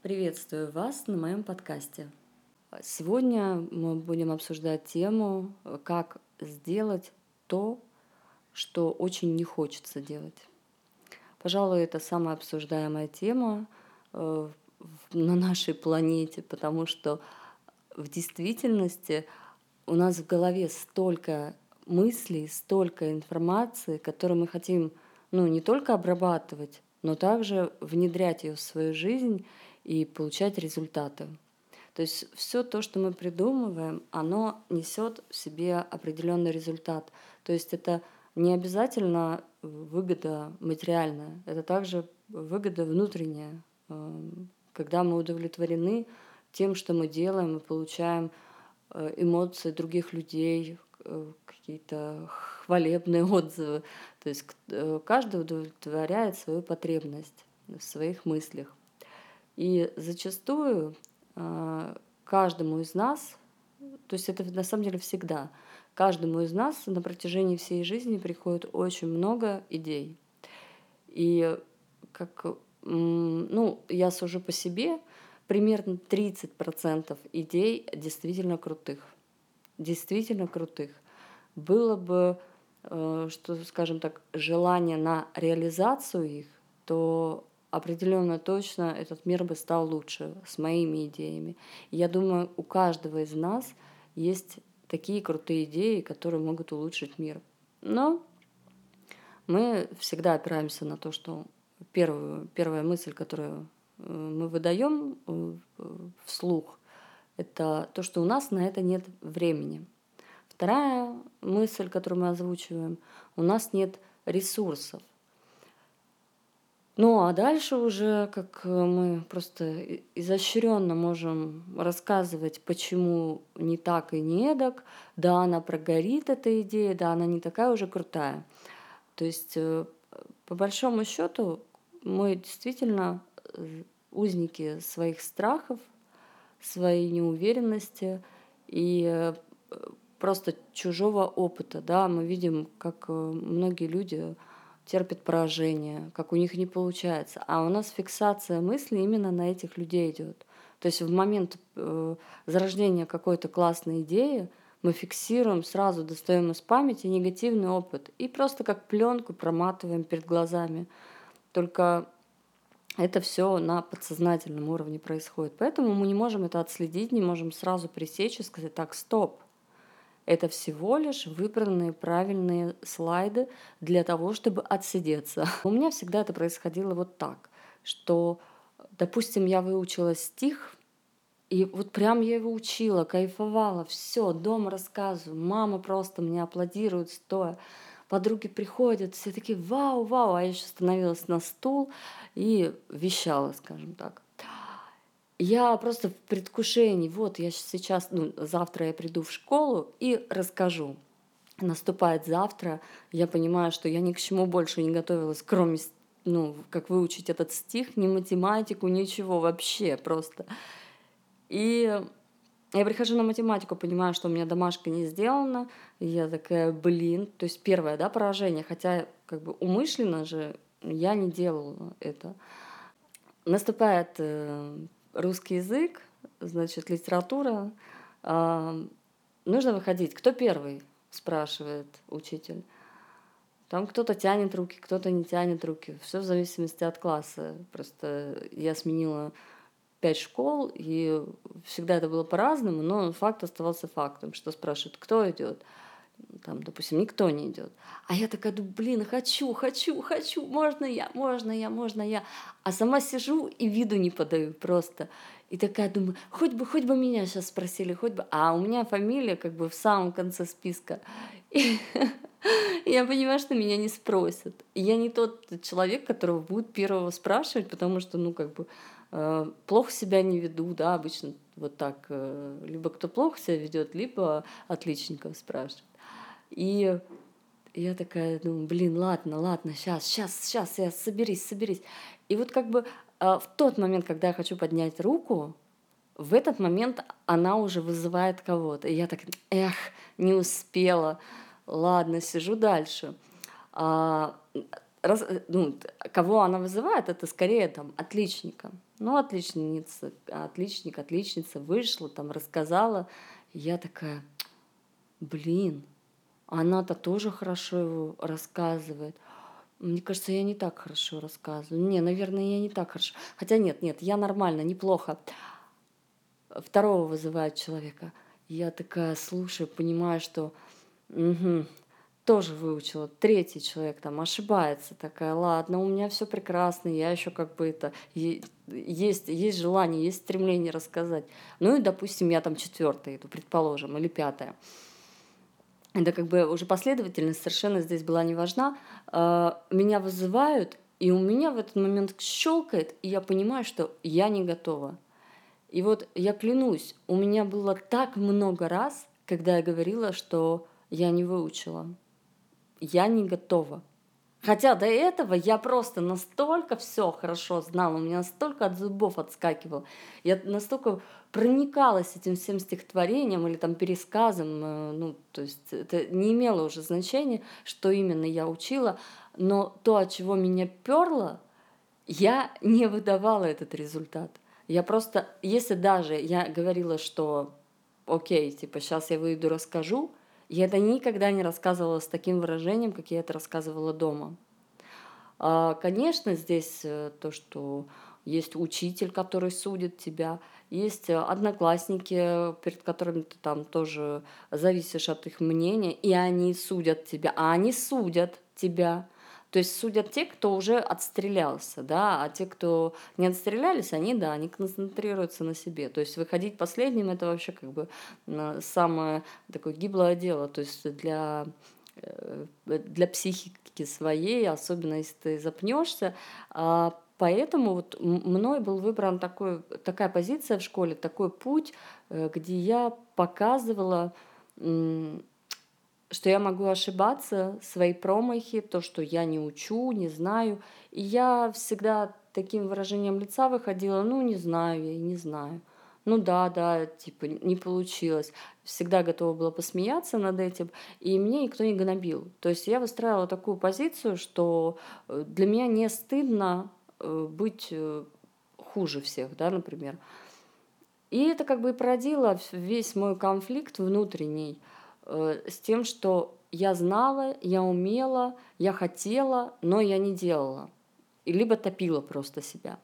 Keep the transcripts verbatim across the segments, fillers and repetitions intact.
Приветствую вас на моем подкасте. Сегодня мы будем обсуждать тему, э, как сделать то, что очень не хочется делать. Пожалуй, это самая обсуждаемая тема э, в- на нашей планете, потому что в действительности у нас в голове столько мыслей, столько информации, которую мы хотим, ну, не только обрабатывать, но также внедрять ее в свою жизнь и получать результаты. То есть все то, что мы придумываем, оно несет в себе определенный результат. То есть это не обязательно выгода материальная, это также выгода внутренняя. Эм, Когда мы удовлетворены тем, что мы делаем, мы получаем э, эмоции других людей, э, какие-то хвалебные отзывы. То есть к- э, каждый удовлетворяет свою потребность в своих мыслях. И зачастую а, каждому из нас, то есть это на самом деле всегда, каждому из нас на протяжении всей жизни приходит очень много идей. И как, м, ну, я сужу по себе, примерно тридцать процентов идей действительно крутых. Действительно крутых. Было бы, э, что, скажем так, желание на реализацию их, то определенно точно этот мир бы стал лучше с моими идеями. И я думаю, у каждого из нас есть такие крутые идеи, которые могут улучшить мир. Но мы всегда опираемся на то, что первую, первая мысль, которую э, мы выдаем э, вслух, это то, что у нас на это нет времени. Вторая мысль, которую мы озвучиваем, у нас нет ресурсов. Ну а дальше уже, как э, мы просто и- изощренно можем рассказывать, почему не так и не эдак, да, она прогорит, эта идея, да, она не такая уже крутая. То есть, э, по большому счету, мы действительно э, узники своих страхов, своей неуверенности и э, просто чужого опыта. Да? Мы видим, как э, многие люди терпят поражение, как у них не получается. А у нас фиксация мысли именно на этих людей идет. То есть в момент э, зарождения какой-то классной идеи мы фиксируем, сразу достаем из памяти негативный опыт и просто как пленку проматываем перед глазами. Только это все на подсознательном уровне происходит. Поэтому мы не можем это отследить, не можем сразу пресечь и сказать: так, стоп, это всего лишь выбранные правильные слайды для того, чтобы отсидеться. У меня всегда это происходило вот так, что, допустим, я выучила стих, и вот прям я его учила, кайфовала, все, дома рассказываю, мама просто мне аплодирует стоя, подруги приходят, все такие: вау, вау, а я еще становилась на стул и вещала, скажем так. Я просто в предвкушении, вот я сейчас, ну, завтра я приду в школу и расскажу. Наступает завтра, я понимаю, что я ни к чему больше не готовилась, кроме, с- ну, как выучить этот стих, ни математику, ничего вообще просто. И я прихожу на математику, понимаю, что у меня домашка не сделана, и я такая: блин, то есть первое, да, поражение, хотя как бы умышленно же я не делала это. Наступает э, русский язык, значит, литература. А, нужно выходить. Кто первый? Спрашивает учитель. Там кто-то тянет руки, кто-то не тянет руки. Все в зависимости от класса. Просто я сменила пять школ, и всегда это было по-разному, но факт оставался фактом, что спрашивают: кто идет? Там, допустим, никто не идет. А я такая думаю: блин, хочу, хочу, хочу, можно я, можно я, можно я. А сама сижу и виду не подаю просто. И такая думаю: хоть бы, хоть бы меня сейчас спросили, хоть бы. А у меня фамилия как бы в самом конце списка. И я понимаю, что меня не спросят. И я не тот человек, которого будет первого спрашивать, потому что, ну, как бы, э, плохо себя не веду, да, обычно вот так. э, Либо кто плохо себя ведет, либо отличников спрашивают. И я такая думаю: блин, ладно, ладно, сейчас, сейчас, сейчас, я соберись, соберись. И вот как бы а, в тот момент, когда я хочу поднять руку, в этот момент она уже вызывает кого-то. И я так: эх, не успела. Ладно, сижу дальше. А, раз, э, ну, т- кого она вызывает, это скорее там отличника. Ну, отличница, отличник, отличница вышла, там рассказала. И я такая, блин, она-то тоже хорошо его рассказывает. Мне кажется, я не так хорошо рассказываю. Не, наверное, я не так хорошо. Хотя нет, нет, я нормально, неплохо. Второго вызывает человека. Я такая слушаю, понимаю, что мгм, тоже выучила. Третий человек там ошибается, такая, ладно, у меня все прекрасно, я еще как бы это е- есть, есть желание, есть стремление рассказать. Ну и, допустим, я там четвертая иду, предположим, или пятая. Это как бы уже последовательность совершенно здесь была не важна. А, Меня вызывают, и у меня в этот момент щелкает, и я понимаю, что я не готова. И вот я клянусь, у меня было так много раз, когда я говорила, что я не выучила, я не готова. Хотя до этого я просто настолько все хорошо знала, у меня настолько от зубов отскакивало, я настолько проникалась этим всем стихотворением или там пересказом, э, ну, то есть это не имело уже значения, что именно я учила, но то, от чего меня перло, я не выдавала этот результат. Я просто, если даже я говорила, что окей, типа сейчас я выйду, расскажу, я это никогда не рассказывала с таким выражением, как я это рассказывала дома. А, Конечно, здесь э, то, что есть учитель, который судит тебя, есть э, одноклассники, перед которыми ты там тоже зависишь от их мнения, и они судят тебя, а они судят тебя. То есть судят те, кто уже отстрелялся, да, а те, кто не отстрелялись, они, да, они концентрируются на себе. То есть выходить последним это вообще как бы м, самое такое гиблое дело. То есть для э, для психики своей, особенно если ты запнешься. А, Поэтому вот м- мной был выбран такой, такая позиция в школе, такой путь, э, где я показывала, м, что я могу ошибаться, свои промахи, то, что я не учу, не знаю. И я всегда таким выражением лица выходила, ну, не знаю, я и не знаю. Ну да, да, типа не получилось. Всегда готова была посмеяться над этим, и меня никто не гнобил. То есть я выстраивала такую позицию, что э, для меня не стыдно э, быть э, хуже всех, да, например. И это как бы и породило весь мой конфликт внутренний э, с тем, что я знала, я умела, я хотела, но я не делала. И либо топила просто себя.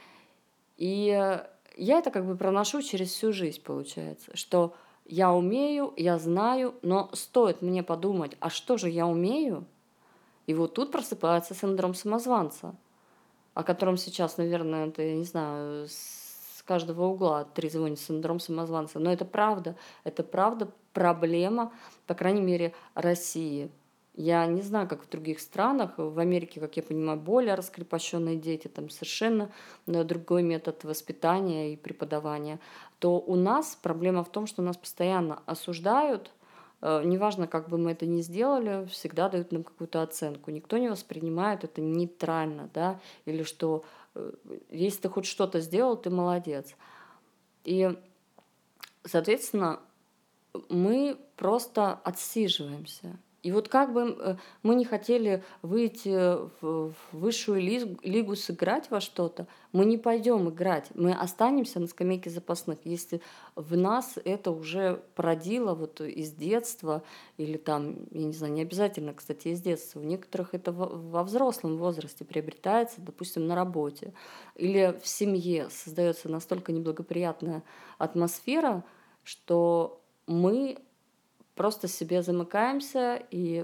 И э, я это как бы проношу через всю жизнь, получается, что я умею, я знаю, но стоит мне подумать, а что же я умею? И вот тут просыпается синдром самозванца, о котором сейчас, наверное, это, я не знаю, с каждого угла трезвонит синдром самозванца. Но это правда, это правда проблема, по крайней мере, России. Я не знаю, как в других странах. В Америке, как я понимаю, более раскрепощенные дети, там совершенно э, другой метод воспитания и преподавания. То у нас проблема в том, что нас постоянно осуждают, э, неважно, как бы мы это ни сделали, всегда дают нам какую-то оценку. Никто не воспринимает это нейтрально, да, или что э, если ты хоть что-то сделал, ты молодец. И, соответственно, мы просто отсиживаемся. И вот как бы э, мы не хотели выйти в в высшую лиг- лигу, сыграть во что-то, мы не пойдем играть, мы останемся на скамейке запасных, если в нас это уже породило вот из детства, или там, я не знаю, не обязательно, кстати, из детства, у некоторых это во во взрослом возрасте приобретается, допустим, на работе, или в семье создается настолько неблагоприятная атмосфера, что мы просто себе замыкаемся и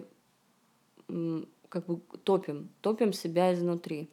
м, как бы топим, топим себя изнутри.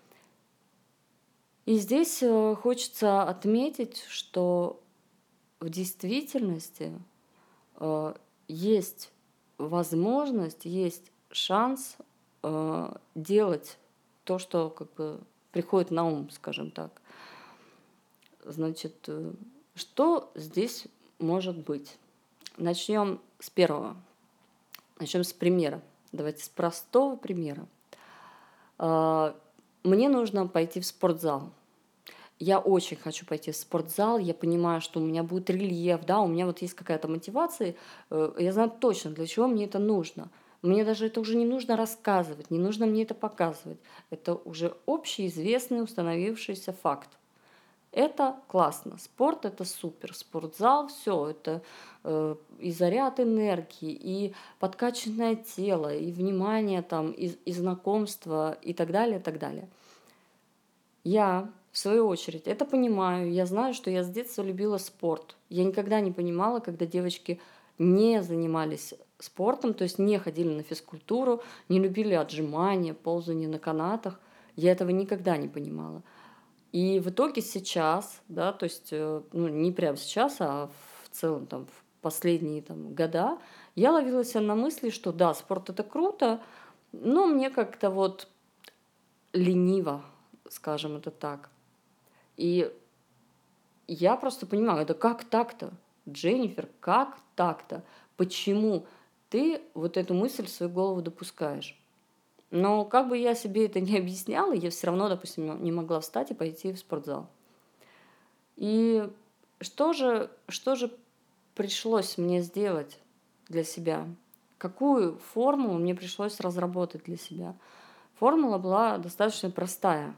И здесь э, хочется отметить, что в действительности э, есть возможность, есть шанс э, делать то, что как бы приходит на ум, скажем так. Значит, э, что здесь может быть? Начнем с первого. Начнем с примера. Давайте с простого примера. А, Мне нужно пойти в спортзал. Я очень хочу пойти в спортзал, я понимаю, что у меня будет рельеф, да, у меня вот есть какая-то мотивация, э, я знаю точно, для чего мне это нужно. Мне даже это уже не нужно рассказывать, не нужно мне это показывать. Это уже общеизвестный установившийся факт. Это классно. Спорт — это супер. Спортзал — все это э, и заряд энергии, и подкачанное тело, и внимание там, и, и знакомство, и так далее, и так далее. Я, в свою очередь, это понимаю. Я знаю, что я с детства любила спорт. Я никогда не понимала, когда девочки не занимались спортом, то есть не ходили на физкультуру, не любили отжимания, ползание на канатах. Я этого никогда не понимала. И в итоге сейчас, да, то есть, э, ну, не прямо сейчас, а в целом там в последние там года, я ловила себя на мысли, что да, спорт — это круто, но мне как-то вот лениво, скажем это так. И я просто понимаю, это как так-то? Дженнифер, как так-то? Почему ты вот эту мысль в свою голову допускаешь? Но как бы я себе это не объясняла, я все равно, допустим, не могла встать и пойти в спортзал. И что же, что же пришлось мне сделать для себя? Какую формулу мне пришлось разработать для себя? Формула была достаточно простая.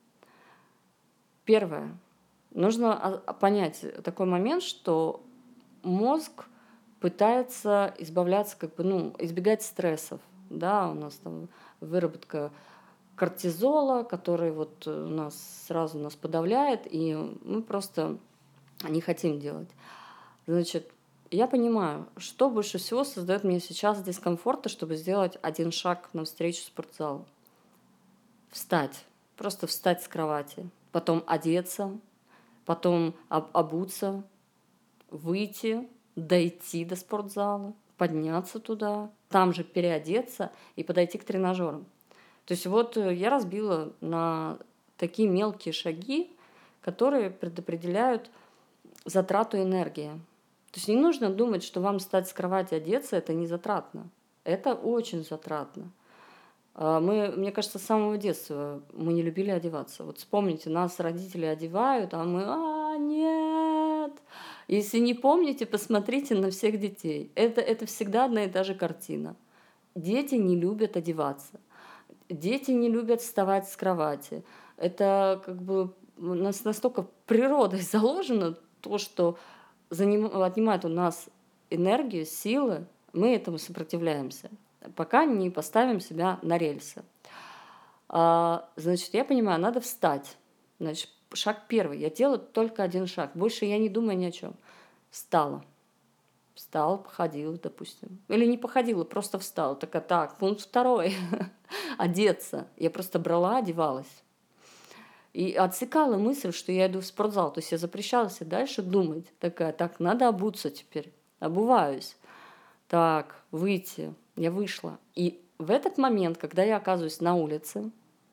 Первое. Нужно а- понять такой момент, что мозг пытается избавляться, как бы, ну, избегать стрессов. Да, у нас там выработка кортизола, который вот у нас сразу нас подавляет, и мы просто не хотим делать. Значит, я понимаю, что больше всего создает мне сейчас дискомфорта, чтобы сделать один шаг навстречу спортзалу. Встать. Просто встать с кровати. Потом одеться. Потом об- обуться. Выйти. Дойти до спортзала. Подняться туда. Там же переодеться и подойти к тренажерам. То есть вот э, я разбила на такие мелкие шаги, которые предопределяют затрату энергии. То есть не нужно думать, что вам встать с кровати, одеться — это не затратно. Это очень затратно. А Мы, мне кажется, с самого детства мы не любили одеваться. Вот вспомните, нас родители одевают, а мы, а, нет. Если не помните, посмотрите на всех детей. Это, это всегда одна и та же картина. Дети не любят одеваться. Дети не любят вставать с кровати. Это как бы у нас настолько природой заложено то, что заним- отнимает у нас энергию, силы, мы этому сопротивляемся, пока не поставим себя на рельсы. А, значит, я понимаю, надо встать. Значит, шаг первый. Я делаю только один шаг. Больше я не думаю ни о чем. Встала. Встала, походила, допустим. Или не походила, просто встала. Такая, так, пункт второй. Одеться. Я просто брала, одевалась. И отсекала мысль, что я иду в спортзал. То есть я запрещала себе дальше думать. Такая, так, надо обуться теперь. Обуваюсь. Так, выйти. Я вышла. И в этот момент, когда я оказываюсь на улице,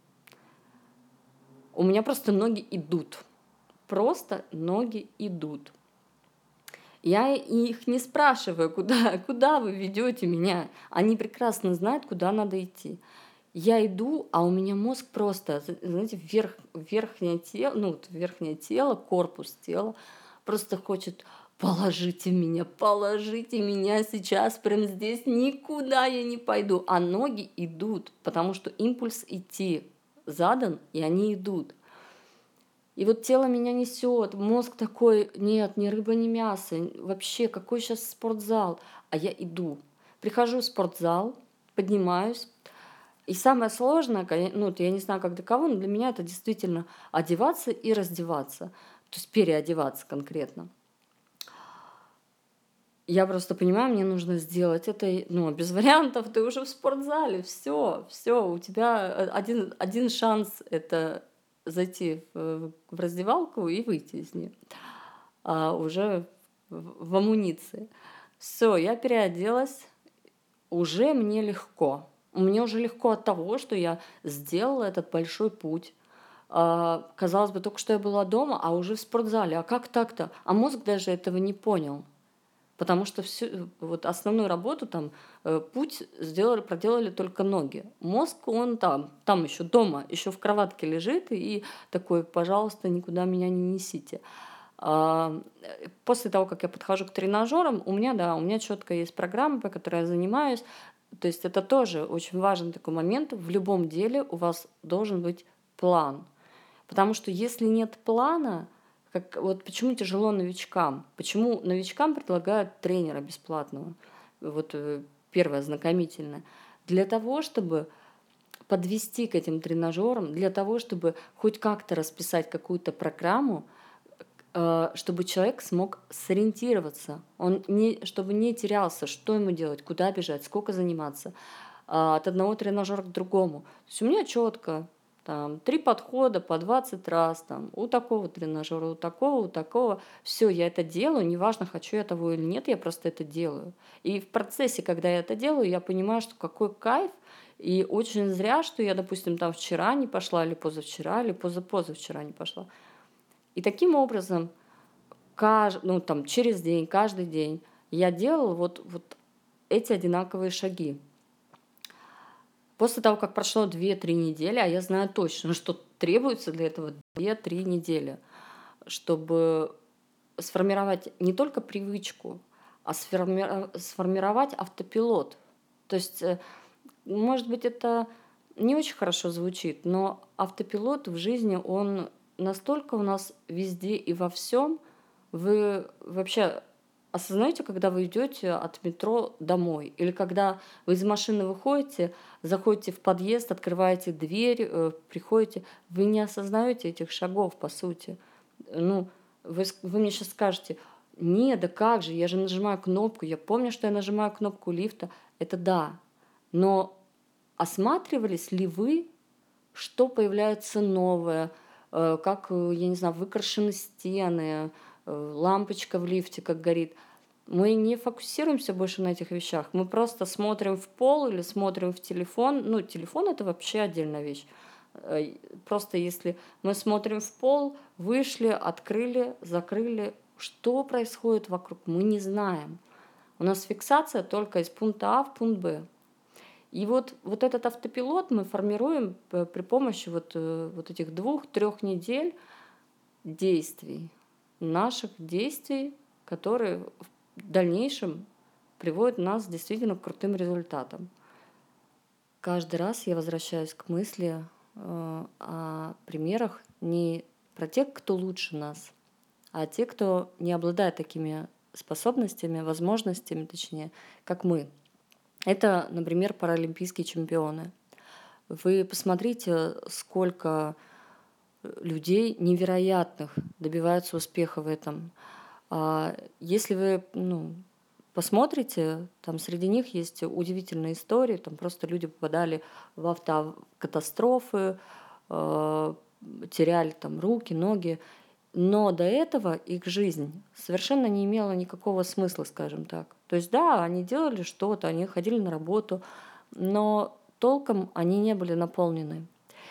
у меня просто ноги идут. Просто ноги идут. Я их не спрашиваю, куда, куда вы ведете меня. Они прекрасно знают, куда надо идти. Я иду, а у меня мозг просто, знаете, вверх, верхнее тело, ну, вот верхнее тело, корпус тела просто хочет: положите меня, положите меня сейчас, прямо здесь, никуда я не пойду. А ноги идут, потому что импульс идти задан, и они идут. И вот тело меня несет, мозг такой: нет, ни рыба, ни мясо, вообще, какой сейчас спортзал? А я иду. Прихожу в спортзал, поднимаюсь, и самое сложное, коне- ну, вот я не знаю, как для кого, но для меня это действительно одеваться и раздеваться. То есть переодеваться конкретно. Я просто понимаю, мне нужно сделать это, и, ну, без вариантов, ты уже в спортзале, все, все, у тебя э, один, один шанс — это зайти в, в раздевалку и выйти из нее, а уже в, в амуниции. Все, я переоделась, уже мне легко. Мне уже легко от того, что я сделала этот большой путь. А, казалось бы, только что я была дома, а уже в спортзале. А как так-то? А мозг даже этого не понял. Потому что всю, вот основную работу там, э, путь сделали, проделали только ноги. Мозг, он там, там еще дома, еще в кроватке лежит и такой: пожалуйста, никуда меня не несите. А, э, После того, как я подхожу к тренажерам, у меня, да, у меня четко есть программа, по которой я занимаюсь. То есть это тоже очень важный такой момент. В любом деле у вас должен быть план. Потому что если нет плана, как, вот почему тяжело новичкам? Почему новичкам предлагают тренера бесплатного? Вот э, первое ознакомительное. Для того, чтобы подвести к этим тренажерам, для того, чтобы хоть как-то расписать какую-то программу, э, чтобы человек смог сориентироваться, он не, чтобы не терялся, что ему делать, куда бежать, сколько заниматься, а, от одного тренажера к другому. То есть у меня четко там три подхода по двадцать раз, там, у такого тренажера, у такого, у такого. Все, я это делаю, неважно, хочу я того или нет, я просто это делаю. И в процессе, когда я это делаю, я понимаю, что какой кайф, и очень зря, что я, допустим, там вчера не пошла, или позавчера, или позапозавчера не пошла. И таким образом, кажд... ну, там, через день, каждый день я делала вот, вот эти одинаковые шаги. После того, как прошло две-три недели, а я знаю точно, что требуется для этого две-три недели, чтобы сформировать не только привычку, а сформи- сформировать автопилот. То есть, э, может быть, это не очень хорошо звучит, но автопилот в жизни, он настолько у нас везде и во всем. Вы вообще осознаете, когда вы идете от метро домой, или когда вы из машины выходите, заходите в подъезд, открываете дверь, э, приходите, вы не осознаете этих шагов, по сути. Ну, вы, с- вы мне сейчас скажете, не, да как же, я же нажимаю кнопку, я помню, что я нажимаю кнопку лифта. Это да, но осматривались ли вы, что появляется новое, э, как, э, я не знаю, выкрашены стены, э, лампочка в лифте как горит. Мы не фокусируемся больше на этих вещах. Мы просто смотрим в пол или смотрим в телефон. Ну, телефон это вообще отдельная вещь. Э, Просто если мы смотрим в пол, вышли, открыли, закрыли, что происходит вокруг, мы не знаем. У нас фиксация только из пункта А в пункт Б. И вот, вот этот автопилот мы формируем п- при помощи вот, э, вот этих двух-трех недель действий, наших действий, которые в дальнейшем приводят нас действительно к крутым результатам. Каждый раз я возвращаюсь к мысли э, о примерах не про тех, кто лучше нас, а те, кто не обладает такими способностями, возможностями, точнее, как мы. Это, например, паралимпийские чемпионы. Вы посмотрите, сколько людей невероятных добиваются успеха в этом. А если вы ну, посмотрите, там среди них есть удивительные истории, там просто люди попадали в автокатастрофы, э, теряли там руки, ноги, но до этого их жизнь совершенно не имела никакого смысла, скажем так. То есть да, они делали что-то, они ходили на работу, но толком они не были наполнены.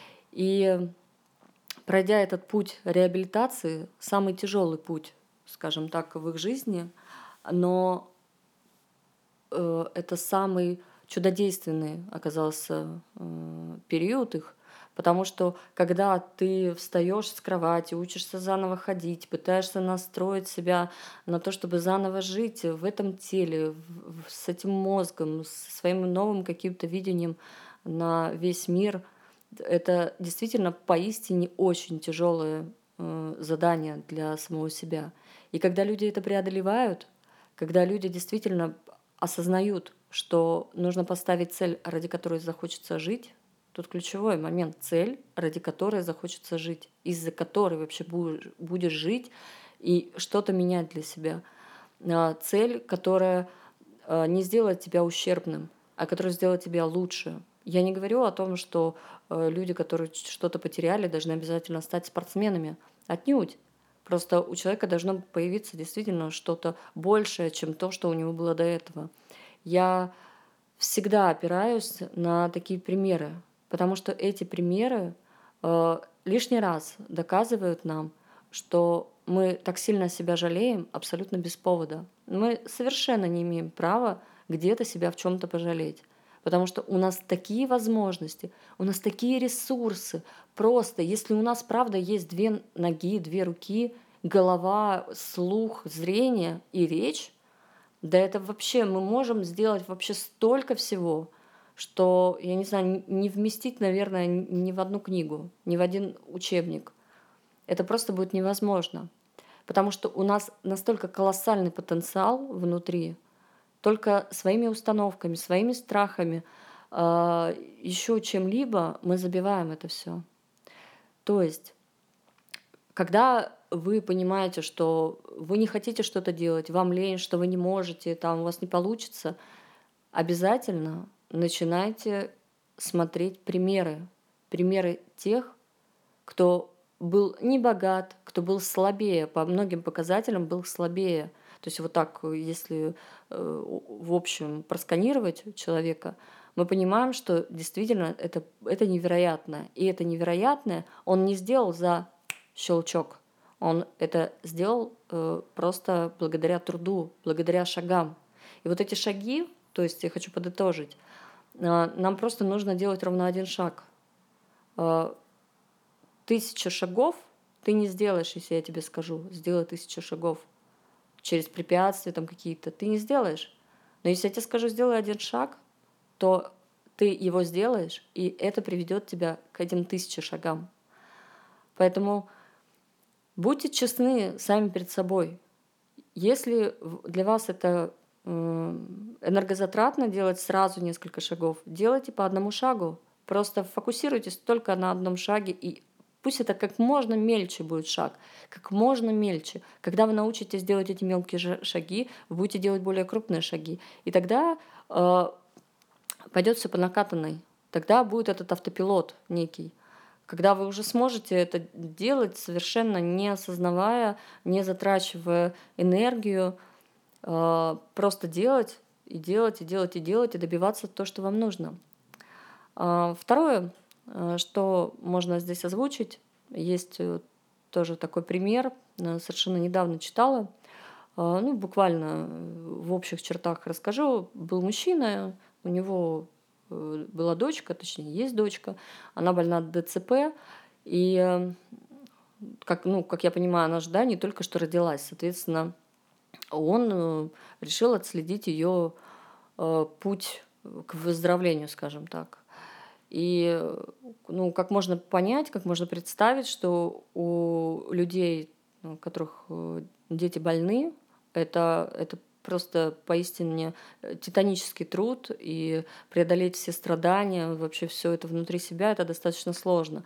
И пройдя этот путь реабилитации, самый тяжелый путь, скажем так, в их жизни, но э, это самый чудодейственный оказался э, период их, потому что когда ты встаешь с кровати, учишься заново ходить, пытаешься настроить себя на то, чтобы заново жить в этом теле, в- в- с этим мозгом, со своим новым каким-то видением на весь мир, это действительно поистине очень тяжелое э, задание для самого себя. И когда люди это преодолевают, когда люди действительно осознают, что нужно поставить цель, ради которой захочется жить, тут ключевой момент — цель, ради которой захочется жить, из-за которой вообще будешь, будешь жить и что-то менять для себя. А, Цель, которая а, не сделает тебя ущербным, а которая сделает тебя лучше. Я не говорю о том, что э, люди, которые ч- что-то потеряли, должны обязательно стать спортсменами. Отнюдь. Просто у человека должно появиться действительно что-то большее, чем то, что у него было до этого. Я всегда опираюсь на такие примеры, потому что эти примеры э, лишний раз доказывают нам, что мы так сильно себя жалеем абсолютно без повода. Мы совершенно не имеем права где-то себя в чем-то пожалеть. Потому что у нас такие возможности, у нас такие ресурсы. Просто, если у нас, правда, есть две ноги, две руки, голова, слух, зрение и речь, Да это вообще мы можем сделать вообще столько всего, что, я не знаю, н не вместить, наверное, н ни в одну книгу, ни в один учебник. Это просто будет невозможно, потому что у нас настолько колоссальный потенциал внутри. Только своими установками, своими страхами, а, еще чем-либо мы забиваем это все. То есть, когда вы понимаете, что вы не хотите что-то делать, вам лень, что вы не можете, там у вас не получится, обязательно начинайте смотреть примеры. Примеры тех, кто был не богат, кто был слабее, по многим показателям был слабее. То есть вот так, э, если э, в общем просканировать человека, мы понимаем, что действительно это, это невероятно. И это невероятное он не сделал за щелчок. Он это сделал э, просто благодаря труду, благодаря шагам. И вот эти шаги, то есть я хочу подытожить, э, нам просто нужно делать ровно один шаг. Э, Тысячу шагов ты не сделаешь, если я тебе скажу, сделай тысячу шагов через препятствия там какие-то, ты не сделаешь. Но если я тебе скажу, сделай один шаг, то ты его сделаешь, и это приведет тебя к этим тысяче шагам. Поэтому будьте честны сами перед собой. Если в- для вас это м, энергозатратно делать сразу несколько шагов, делайте по одному шагу. Просто фокусируйтесь только на одном шаге, и пусть это как можно мельче будет шаг, как можно мельче. Когда вы научитесь делать эти мелкие жа- шаги, вы будете делать более крупные шаги. И тогда э, пойдет все по накатанной. Тогда будет этот автопилот некий. Когда вы уже сможете это делать, совершенно не осознавая, не затрачивая энергию, а, просто делать и делать, и делать, и делать, и добиваться то, что вам нужно. А, Второе, а, что можно здесь озвучить, есть э, тоже такой пример, э, совершенно недавно читала, а, ну, буквально э, в общих чертах расскажу. Был мужчина, у него э, была дочка, точнее, есть дочка, она больна ДЦП, и, э, как, ну, как я понимаю, она же, да, не только что родилась, соответственно, он э, решил отследить ее э, путь к выздоровлению, скажем так. И э, ну, как можно понять, как можно представить, что у людей, ну, у которых э, дети больны, это, это просто поистине э, титанический труд, и преодолеть все страдания, вообще все это внутри себя, это достаточно сложно.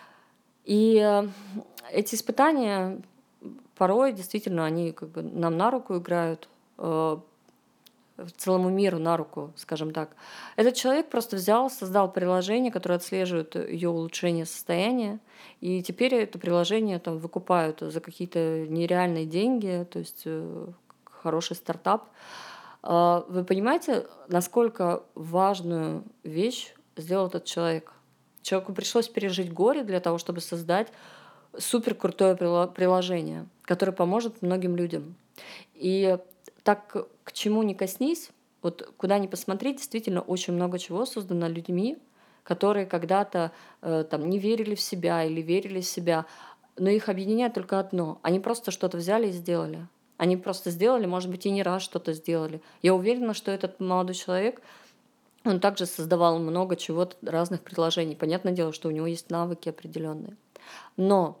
И э, эти испытания порой действительно они как бы нам на руку играют, э, целому миру на руку, скажем так. Этот человек просто взял, создал приложение, которое отслеживает ее улучшение состояния, и теперь это приложение там выкупают за какие-то нереальные деньги, то есть э, хороший стартап. А, Вы понимаете, насколько важную вещь сделал этот человек? Человеку пришлось пережить горе для того, чтобы создать супер крутое приложение, которое поможет многим людям. И так к чему ни коснись, вот куда ни посмотри, действительно очень много чего создано людьми, которые когда-то э, там не верили в себя или верили в себя, но их объединяет только одно. Они просто что-то взяли и сделали. Они просто сделали, может быть, и не раз что-то сделали. Я уверена, что этот молодой человек, он также создавал много чего-то, разных предложений. Понятное дело, что у него есть навыки определенные. Но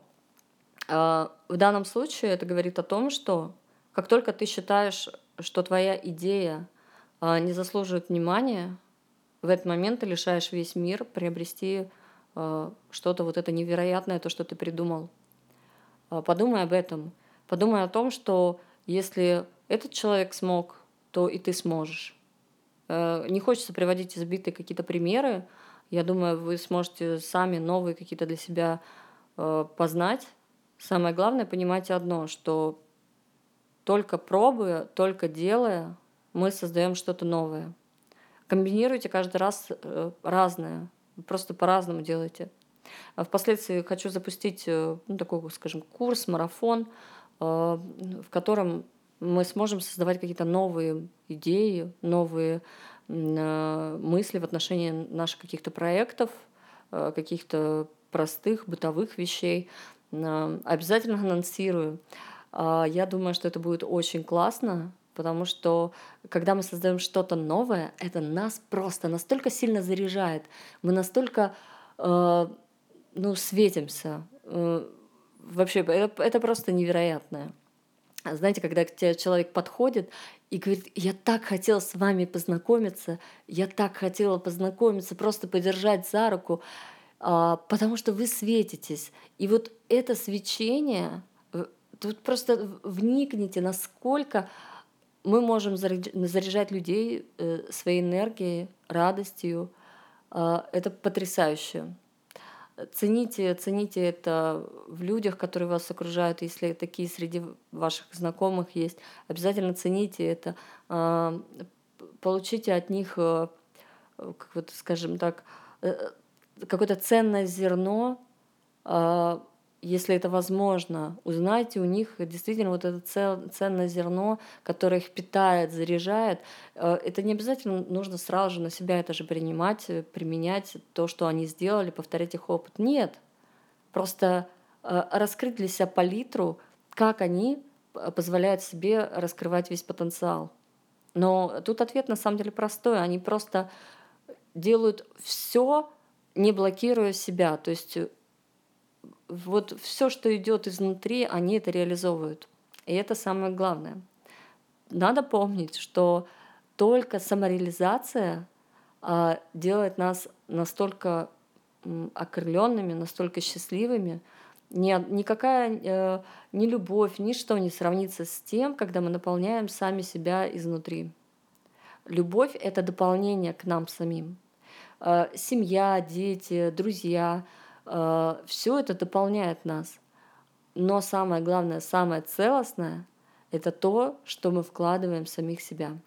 а, в данном случае это говорит о том, что как только ты считаешь, что твоя идея а, не заслуживает внимания, в этот момент ты лишаешь весь мир приобрести а, что-то вот это невероятное, то, что ты придумал. А, Подумай об этом. Подумай о том, что если этот человек смог, то и ты сможешь. Э, Не хочется приводить избитые какие-то примеры. Я думаю, вы сможете сами новые какие-то для себя э, познать. Самое главное, понимайте одно, что только пробуя, только делая, мы создаем что-то новое. Комбинируйте каждый раз э, разное, просто по-разному делайте. А впоследствии хочу запустить э, ну, такой, скажем, курс, марафон, э, в котором мы сможем создавать какие-то новые идеи, новые м, э, мысли в отношении наших каких-то проектов, э, каких-то простых бытовых вещей. Э, Обязательно анонсирую. А, Я думаю, что это будет очень классно. потому что когда мы создаем что-то новое, это нас просто настолько сильно заряжает, мы настолько э, ну, светимся. Э, Вообще, это, это просто невероятное. А знаете, когда к тебе человек подходит и говорит: я так хотел с вами познакомиться, я так хотела познакомиться, просто подержать за руку, а, потому что вы светитесь. И вот это свечение, э, тут просто в- вникните, насколько мы можем заряд- заряжать людей э, своей энергией, радостью. А, Это потрясающе. Цените, цените это в людях, которые вас окружают, если такие среди ваших знакомых есть. Обязательно цените это. А, п- Получите от них, э, э, как вот, скажем так, э, какое-то ценное зерно, а, если это возможно. Узнайте у них действительно вот это цел- ценное зерно, которое их питает, заряжает. Э, Это не обязательно нужно сразу же на себя это же принимать, э, применять то, что они сделали, повторять их опыт. Нет, просто э, раскрыть для себя палитру, как они п- позволяют себе раскрывать весь потенциал. Но тут ответ на самом деле простой. Они просто делают все, не блокируя себя. То есть э, вот все, что идет изнутри, они это реализовывают. И это самое главное. Надо помнить, что только самореализация а, делает нас настолько м, окрыленными, настолько счастливыми. Ни, никакая э, ни любовь, ничто не сравнится с тем, когда мы наполняем сами себя изнутри. Любовь — это дополнение к нам самим. Э, Семья, дети, друзья — все это дополняет нас. Но самое главное, самое целостное — это то, что мы вкладываем в самих себя.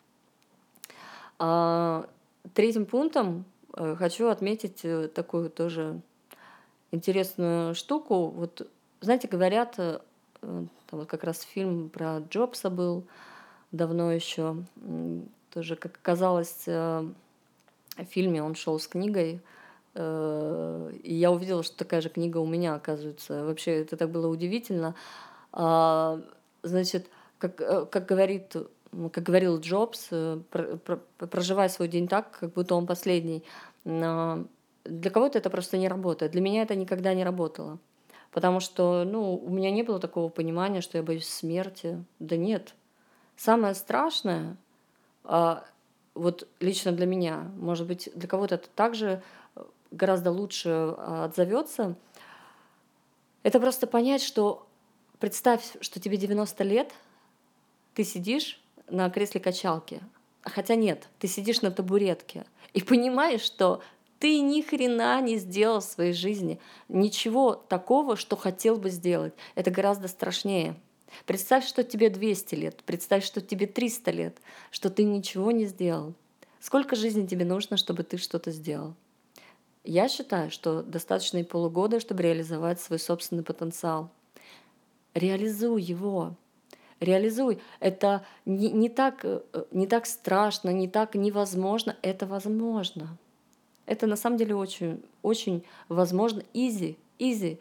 А, Третьим пунктом э, хочу отметить э, такую тоже интересную штуку. Вот, знаете, говорят, э, э, там вот как раз фильм про Джобса был давно еще, тоже, как оказалось, э, в фильме он шел с книгой, э, и я увидела, что такая же книга у меня, оказывается. Вообще, это так было удивительно. А, Значит, как, э, как говорит, м, как говорил Джобс, э, про- про- проживай свой день так, как будто он последний. Но для кого-то это просто не работает. Для меня это никогда не работало. Потому что, ну, у меня не было такого понимания, что я боюсь смерти. Да нет. Самое страшное, а, вот лично для меня, может быть, для кого-то это также э, гораздо лучше а, отзовется, это просто понять, что представь, что тебе девяносто лет, ты сидишь на кресле качалки, хотя нет, ты сидишь на табуретке и понимаешь, что ты ни хрена не сделал в своей жизни, ничего такого, что хотел бы сделать. Это гораздо страшнее. Представь, что тебе двести лет, представь, что тебе триста лет, что ты ничего не сделал. Сколько жизни тебе нужно, чтобы ты что-то сделал? Я считаю, что достаточно и полугода, чтобы реализовать свой собственный потенциал. Реализуй его. Реализуй. Это не, не так, э, э, не так страшно, не так невозможно. Это возможно. Это на самом деле очень, очень возможно. Изи, изи.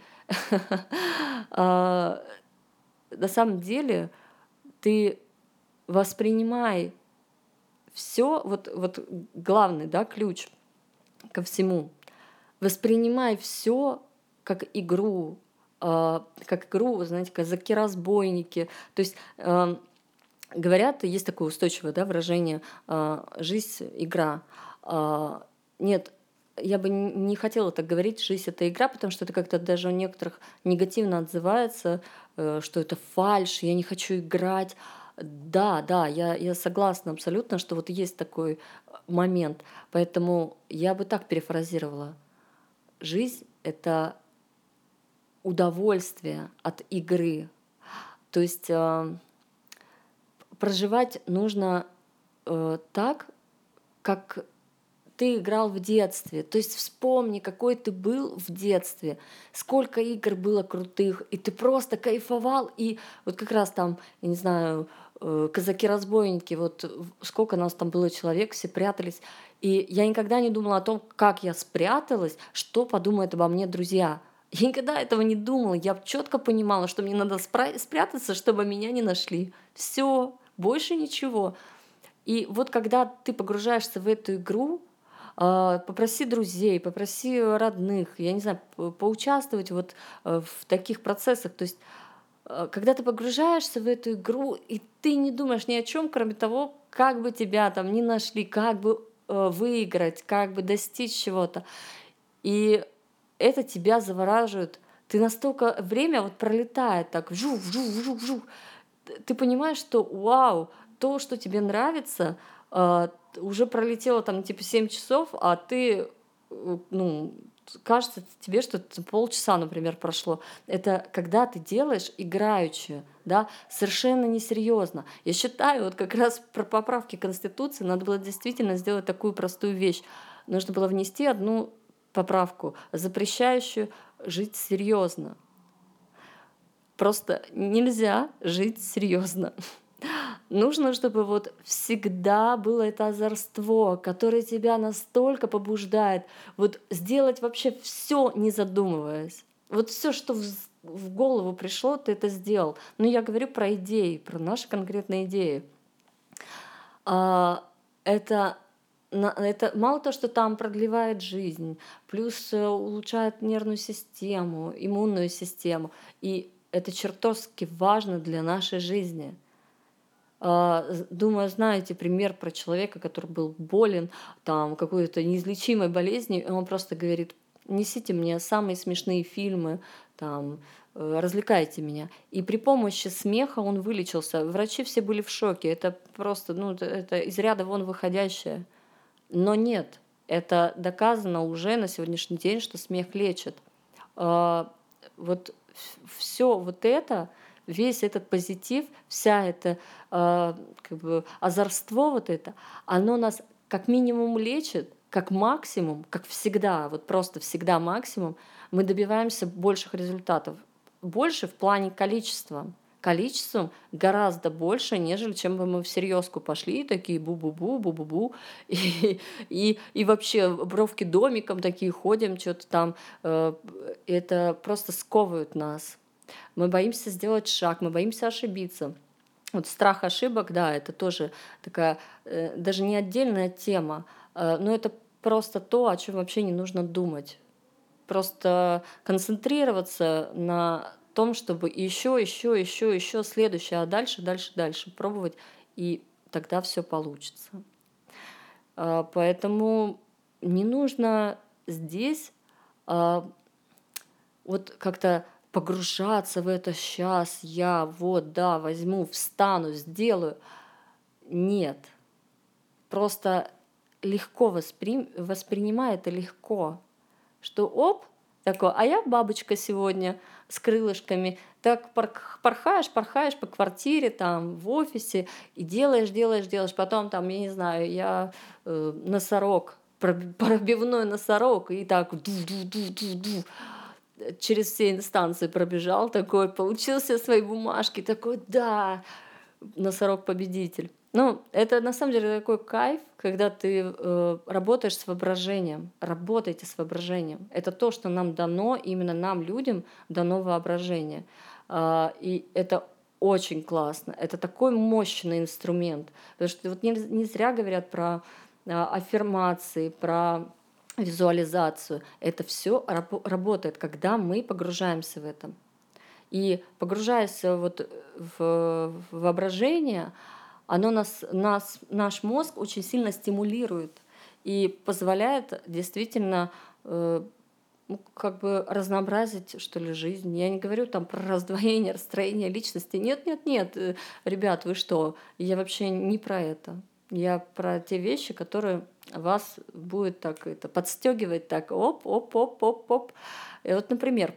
А, На самом деле ты воспринимай все, вот, вот главный, да, ключ ко всему. Воспринимай все как игру, а, как игру, вы знаете, казаки-разбойники. То есть ам, говорят, есть такое устойчивое, да, выражение, а, «жизнь — игра». А, Нет, я бы н- не хотела так говорить, жизнь — это игра, потому что это как-то даже у некоторых негативно отзывается, э, что это фальшь, я не хочу играть. Да, да, я, я согласна абсолютно, что вот есть такой э, момент. Поэтому я бы так перефразировала. Жизнь — это удовольствие от игры. То есть а, проживать нужно э, так, как ты играл в детстве. То есть вспомни, какой ты был в детстве, сколько игр было крутых, и ты просто кайфовал. И вот как раз там, я не знаю, э, казаки-разбойники, вот в- сколько нас там было человек, все прятались. И я никогда не думала о том, как я спряталась, что подумают обо мне друзья. Я никогда этого не думала. Я четко понимала, что мне надо спра- спрятаться, чтобы меня не нашли. Все. больше ничего. И вот когда ты погружаешься в эту игру, а, попроси друзей, попроси родных, я не знаю, п- поучаствовать вот э, в таких процессах. То есть, э, когда ты погружаешься в эту игру, и ты не думаешь ни о чем, кроме того, как бы тебя там не нашли, как бы э, выиграть, как бы достичь чего-то. И это тебя завораживает. Ты настолько время вот пролетает так, вжух, вжух, вжух, вжух. Т- Ты понимаешь, что вау, то, что тебе нравится, а, т- уже пролетело там типа семь часов, а ты, э, ну, т- кажется тебе, что это полчаса, например, прошло. Это когда ты делаешь играючи, да, совершенно несерьезно. Я считаю, вот как раз про поправки Конституции надо было действительно сделать такую простую вещь. Нужно было внести одну поправку, запрещающую жить серьезно. Просто нельзя жить серьезно. Нужно, чтобы вот всегда было это озорство, которое тебя настолько побуждает вот сделать вообще все, не задумываясь. Вот все, что в, в голову пришло, ты это сделал. Но я говорю про идеи, про наши конкретные идеи. А, это, на- это мало то, что там продлевает жизнь, плюс э, улучшает нервную систему, иммунную систему. И это чертовски важно для нашей жизни. А, з- Думаю, знаете пример про человека, который был болен там какой-то неизлечимой болезнью, и он просто говорит: несите мне самые смешные фильмы, там, э, развлекайте меня. И при помощи смеха он вылечился. Врачи все были в шоке. Это просто, ну, это, это из ряда вон выходящее. Но нет, это доказано уже на сегодняшний день, что смех лечит. А, вот все вот это, весь этот позитив, вся эта а, как бы озорство вот это, оно нас как минимум лечит, как максимум, как всегда, вот просто всегда максимум, мы добиваемся больших результатов. Больше в плане количества. Количеством гораздо больше, нежели чем бы мы всерьезку пошли, такие бу-бу-бу, бу-бу-бу, и, и, и вообще бровки домиком такие ходим, что-то там, э, это просто сковывает нас. Мы боимся сделать шаг, мы боимся ошибиться. Вот страх ошибок, да, это тоже такая, э, даже не отдельная тема, э, но это просто то, о чем вообще не нужно думать. Просто концентрироваться на том, чтобы еще, еще, еще, еще следующее, а дальше, дальше, дальше пробовать, и тогда все получится. А, Поэтому не нужно здесь а, вот как-то погружаться в это сейчас, я вот, да, возьму, встану, сделаю. Нет, просто легко воспри... воспринимай это легко, что оп, такое, а я бабочка сегодня с крылышками, так пар- порхаешь, порхаешь по квартире, там, в офисе, и делаешь, делаешь, делаешь, потом там, я не знаю, я э, носорог, проб- пробивной носорог, и так ду-ду-ду-ду-ду, через все инстанции пробежал, такой, получил все свои бумажки, такой, да, носорог-победитель. Ну, это на самом деле такой кайф, когда ты э, работаешь с воображением. Работайте с воображением. Это то, что нам дано, именно нам, людям, дано воображение. А, и это очень классно. Это такой мощный инструмент. Потому что вот не, не зря говорят про а, аффирмации, про визуализацию. Это все работает, когда мы погружаемся в это. И погружаясь вот в воображение, оно нас, нас, наш мозг очень сильно стимулирует и позволяет действительно э, ну, как бы разнообразить, что ли, жизнь. Я не говорю там про раздвоение, расстроение личности. Нет, нет, нет, э, ребят, вы что? Я вообще не про это. Я про те вещи, которые вас будет так это подстегивать, так оп, оп, оп, оп, оп. И вот, например,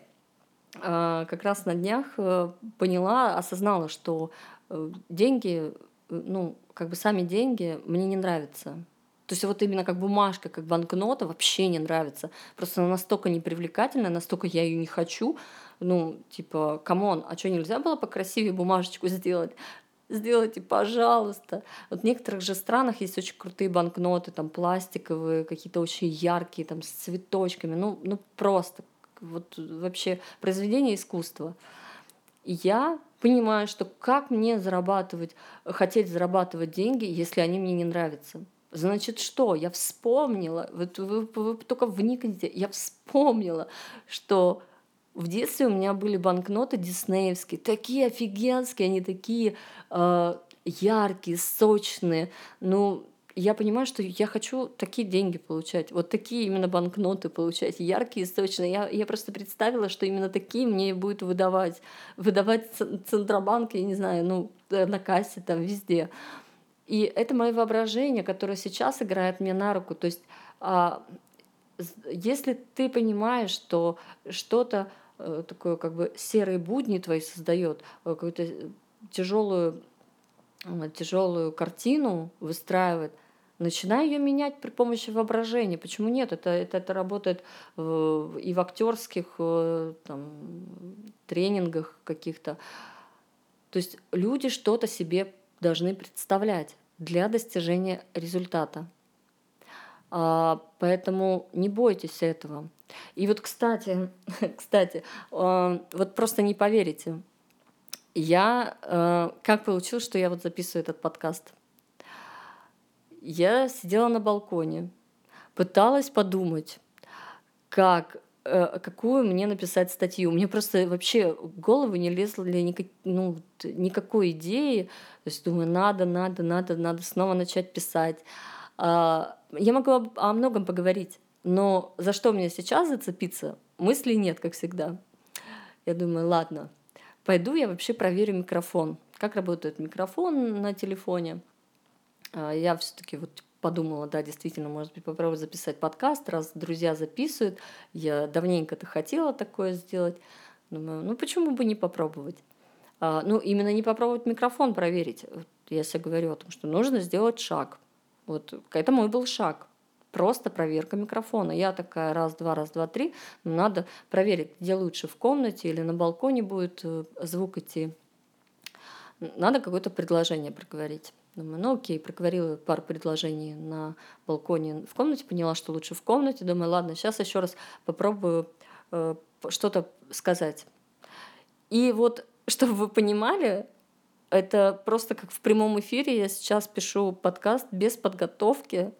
а, как раз на днях э, поняла, осознала, что э, деньги, э, ну, как бы сами деньги мне не нравятся. То есть вот именно как бумажка, как банкнота вообще не нравится. Просто она настолько непривлекательная, настолько я ее не хочу. Ну, типа, камон, а что, нельзя было покрасивее бумажечку сделать? Сделайте, пожалуйста. Вот в некоторых же странах есть очень крутые банкноты, там пластиковые, какие-то очень яркие, там с цветочками. Ну, ну просто вот вообще произведение искусства. И я понимаю, что как мне зарабатывать, хотеть зарабатывать деньги, если они мне не нравятся. Значит, что? Я вспомнила, вот вы, вы только вникните, я вспомнила, что в детстве у меня были банкноты диснеевские, такие офигенские, они такие э, яркие, сочные. Ну, я понимаю, что я хочу такие деньги получать, вот такие именно банкноты получать, яркие, сочные. Я, я просто представила, что именно такие мне будет выдавать, выдавать Ц- Центробанк, я не знаю, ну, э, на кассе там везде. И это мое воображение, которое сейчас играет мне на руку. То есть, а, з- если ты понимаешь, что что-то э, такое как бы серые будни твои создает, э, какую-то тяжелую тяжелую картину выстраивает, начинай ее менять при помощи воображения. Почему нет? Это, это, это работает в- и в актерских э, там, тренингах каких-то. То есть люди что-то себе должны представлять для достижения результата. А, поэтому не бойтесь этого. И вот, кстати, кстати, а, вот просто не поверите, я э, как получилось, что я вот записываю этот подкаст. Я сидела на балконе, пыталась подумать, как, э, какую мне написать статью. Мне просто вообще в голову не лезло для никак, ну, вот никакой идеи. То есть думаю, надо, надо, надо, надо снова начать писать. А, Я могу об- о многом поговорить, но за что мне сейчас зацепиться, мыслей нет, как всегда. Я думаю, ладно, пойду я вообще проверю микрофон. Как работает микрофон на телефоне. А, Я все-таки вот подумала, да, действительно, может быть, попробовать записать подкаст, раз друзья записывают. Я давненько-то хотела такое сделать. Думаю, ну почему бы не попробовать? А, ну, именно не попробовать микрофон проверить. Вот я себе говорю о том, что нужно сделать шаг. Вот это мой был шаг. Просто проверка микрофона. Я такая раз, два, раз, два, три. Ну, надо проверить, где лучше, в комнате или на балконе будет э, звук идти. Надо какое-то предложение проговорить. Думаю, ну окей, проговорила пару предложений на балконе в комнате, поняла, что лучше в комнате. Думаю, ладно, сейчас еще раз попробую э, что-то сказать. И вот, чтобы вы понимали, это просто как в прямом эфире. Я сейчас пишу подкаст без подготовки.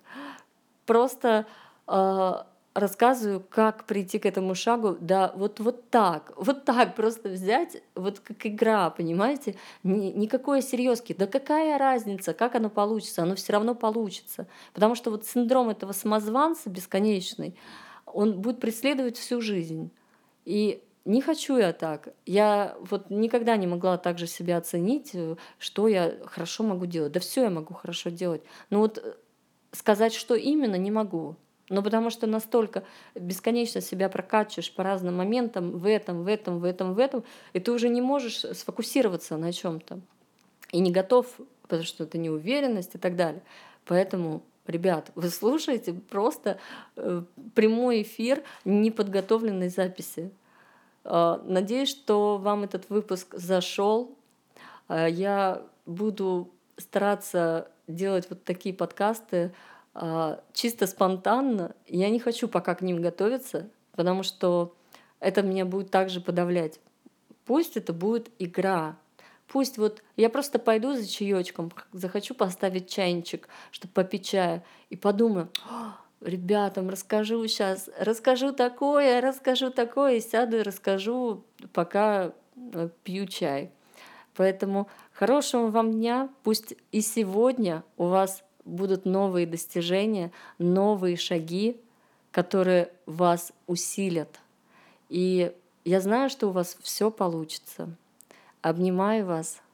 Просто а, рассказываю, как прийти к этому шагу. Да, вот, вот так, вот так просто взять, вот как игра, понимаете? Ни- никакой серьезки. Да какая разница, как оно получится? Оно все равно получится. Потому что вот синдром этого самозванца бесконечный, он будет преследовать всю жизнь. И не хочу я так. Я вот никогда не могла так же себя оценить, э, что я хорошо могу делать. Да все я могу хорошо делать. Но вот э, сказать, что именно, не могу. Но потому что настолько бесконечно себя прокачиваешь по разным моментам в этом, в этом, в этом, в этом, и ты уже не можешь сфокусироваться на чем-то. И не готов, потому что это неуверенность и так далее. Поэтому, ребят, вы слушаете просто э, прямой эфир неподготовленной записи. Э, надеюсь, что вам этот выпуск зашел. Э, Я буду стараться делать вот такие подкасты а, чисто спонтанно. Я не хочу пока к ним готовиться, потому что это меня будет также подавлять. Пусть это будет игра. Пусть вот я просто пойду за чаечком, захочу поставить чайничек, чтобы попить чая, и подумаю, «А, ребятам расскажу сейчас, расскажу такое, расскажу такое, и сяду и расскажу, пока э, пью чай. Поэтому хорошего вам дня. Пусть и сегодня у вас будут новые достижения, новые шаги, которые вас усилят. И я знаю, что у вас все получится. Обнимаю вас.